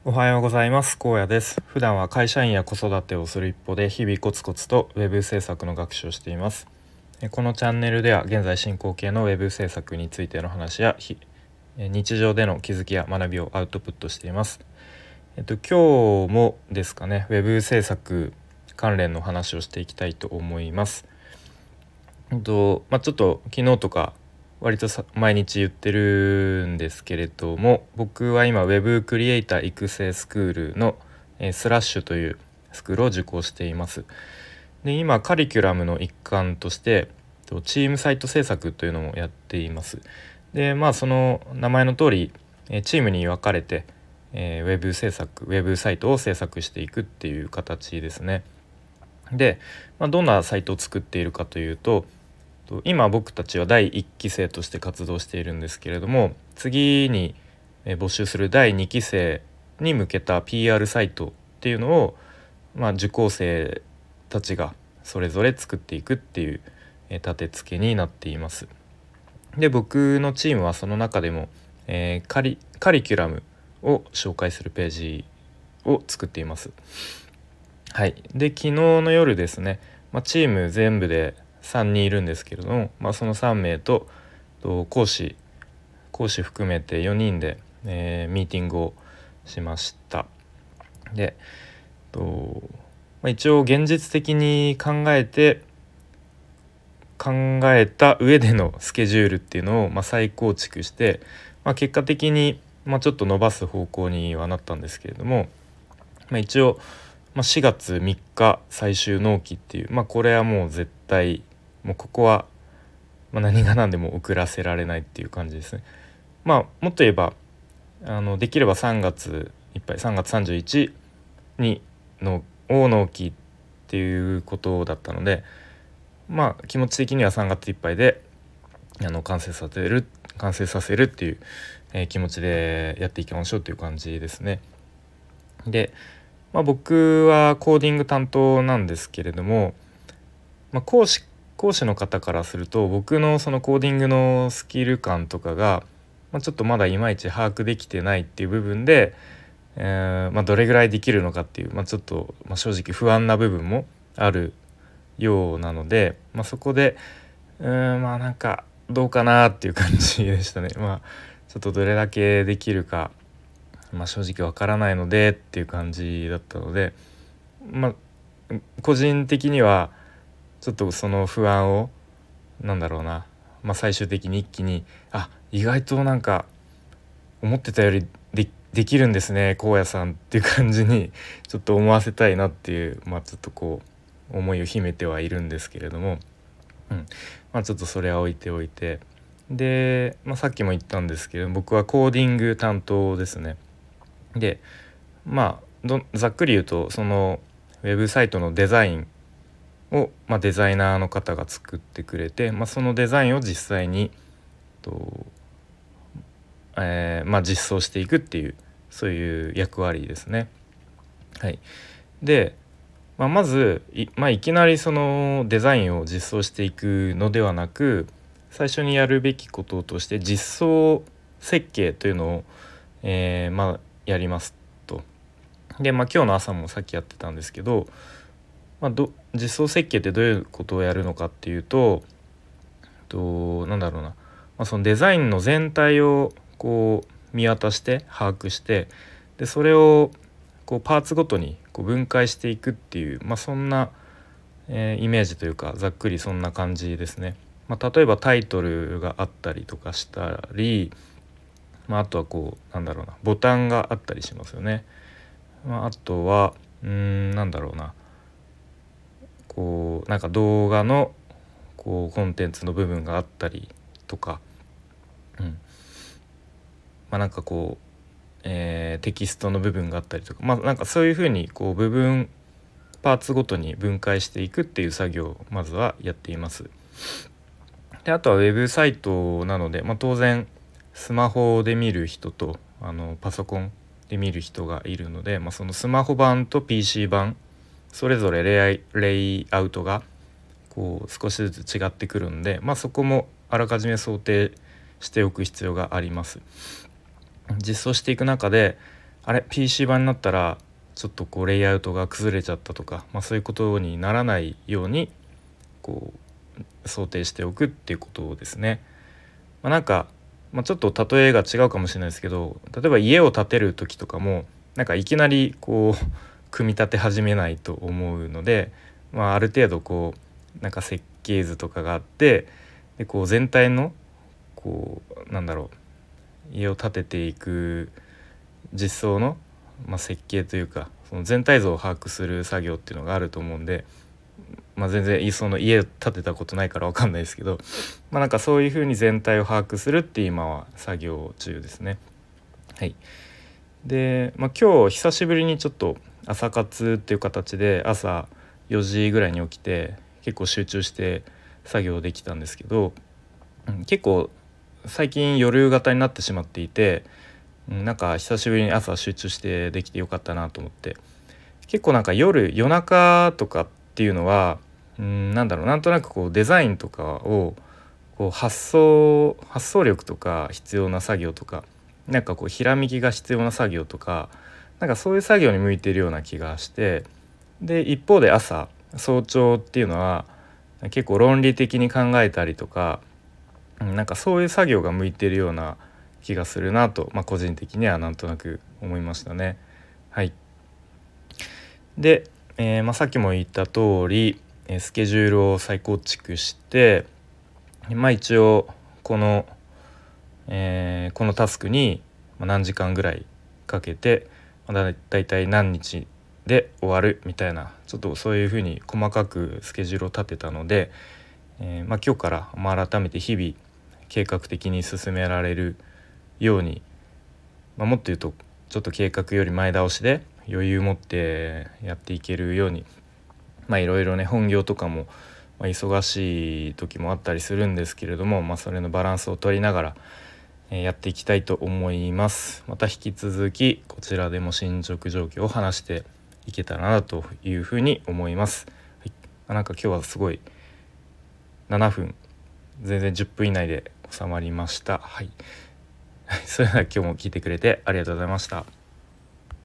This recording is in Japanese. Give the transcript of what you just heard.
おはようございます。荒野です。普段は会社員や子育てをする一方で日々コツコツとウェブ制作の学習をしています。このチャンネルでは現在進行形のウェブ制作についての話や日常での気づきや学びをアウトプットしています。今日もですかね、ウェブ制作関連の話をしていきたいと思います。ちょっと昨日とか割と毎日言ってるんですけれども、僕は今 Web クリエイター育成スクールのスラッシュというスクールを受講しています。で、今カリキュラムの一環としてチームサイト制作というのもやっています。で、その名前の通りチームに分かれてウェブサイトを制作していくっていう形ですね。で、どんなサイトを作っているかというと、今僕たちは第1期生として活動しているんですけれども、次に募集する第2期生に向けた PR サイトっていうのを、受講生たちがそれぞれ作っていくっていう立て付けになっています。で、僕のチームはその中でも、カリキュラムを紹介するページを作っています。はい。で、昨日の夜ですね、チーム全部で3人いるんですけれども、その3名と講師含めて4人で、ミーティングをしました。で、一応現実的に考えた上でのスケジュールっていうのを再構築して、結果的にちょっと伸ばす方向にはなったんですけれども、一応4月3日最終納期っていう、これはもう絶対もうここは何が何でも遅らせられないっていう感じですね。もっと言えばできれば3月いっぱい3月31にの納期っていうことだったので、気持ち的には3月いっぱいで完成させるっていう、気持ちでやっていきましょうっていう感じですね。で、僕はコーディング担当なんですけれども、講師の方からすると僕のそのコーディングのスキル感とかが、ちょっとまだいまいち把握できてないっていう部分で、どれぐらいできるのかっていう、ちょっと、正直不安な部分もあるようなので、そこでなんかどうかなっていう感じでしたね。ちょっとどれだけできるか、正直わからないのでっていう感じだったので、個人的にはちょっとその不安を最終的に一気に意外となんか思ってたよりできるんですね荒野さんっていう感じにちょっと思わせたいなっていう、ちょっとこう思いを秘めてはいるんですけれども、ちょっとそれは置いておいて、で、さっきも言ったんですけど僕はコーディング担当ですね。で、ざっくり言うとそのウェブサイトのデザインを、デザイナーの方が作ってくれて、そのデザインを実際にと、実装していくっていうそういう役割ですね。はい。で、まずいきなりそのデザインを実装していくのではなく、最初にやるべきこととして実装設計というのを、やりますと。で、今日の朝もさっきやってたんですけど、実装設計ってどういうことをやるのかっていうと、そのデザインの全体をこう見渡して把握して、でそれをこうパーツごとにこう分解していくっていう、そんな、イメージというかざっくりそんな感じですね。例えばタイトルがあったりとかしたり、あとはボタンがあったりしますよね。あとは動画のコンテンツの部分があったりとか、テキストの部分があったりとか、そういうふうに部分パーツごとに分解していくっていう作業をまずはやっています。で、あとはウェブサイトなので、当然スマホで見る人とパソコンで見る人がいるので、そのスマホ版と PC 版それぞれレイアウトが少しずつ違ってくるんで、そこもあらかじめ想定しておく必要があります。実装していく中であれ PC 版になったらちょっとこうレイアウトが崩れちゃったとか、そういうことにならないようにこう想定しておくっていうことですね。なんか、ちょっと例えが違うかもしれないですけど、例えば家を建てる時とかもなんかいきなりこう組み立て始めないと思うので、ある程度こうなんか設計図とかがあって、でこう全体のこう家を建てていく実装の、設計というかその全体像を把握する作業っていうのがあると思うんで、全然その家を建てたことないから分かんないですけど、なんかそういうふうに全体を把握するって今は作業中ですね。はい。で、今日久しぶりにちょっと朝活っていう形で朝4時ぐらいに起きて結構集中して作業できたんですけど、結構最近夜型になってしまっていて、なんか久しぶりに朝集中してできてよかったなと思って、結構なんか夜中とかっていうのはなんとなくこうデザインとかをこう発想力とか必要な作業とか、なんかこうひらめきが必要な作業とか、なんかそういう作業に向いているような気がして、で一方で早朝っていうのは結構論理的に考えたりとか、なんかそういう作業が向いているような気がするなと、個人的にはなんとなく思いましたね。はい。で、さっきも言った通りスケジュールを再構築して、一応このタスクに何時間ぐらいかけて、だいたい何日で終わるみたいな、ちょっとそういうふうに細かくスケジュールを立てたので、今日から改めて日々計画的に進められるように、もっと言うとちょっと計画より前倒しで余裕持ってやっていけるように、いろいろね本業とかも、忙しい時もあったりするんですけれども、それのバランスを取りながら、やっていきたいと思います。また引き続きこちらでも進捗状況を話していけたらなというふうに思います。はい、なんか今日はすごい7分全然10分以内で収まりました。はい。それでは今日も聞いてくれてありがとうございました。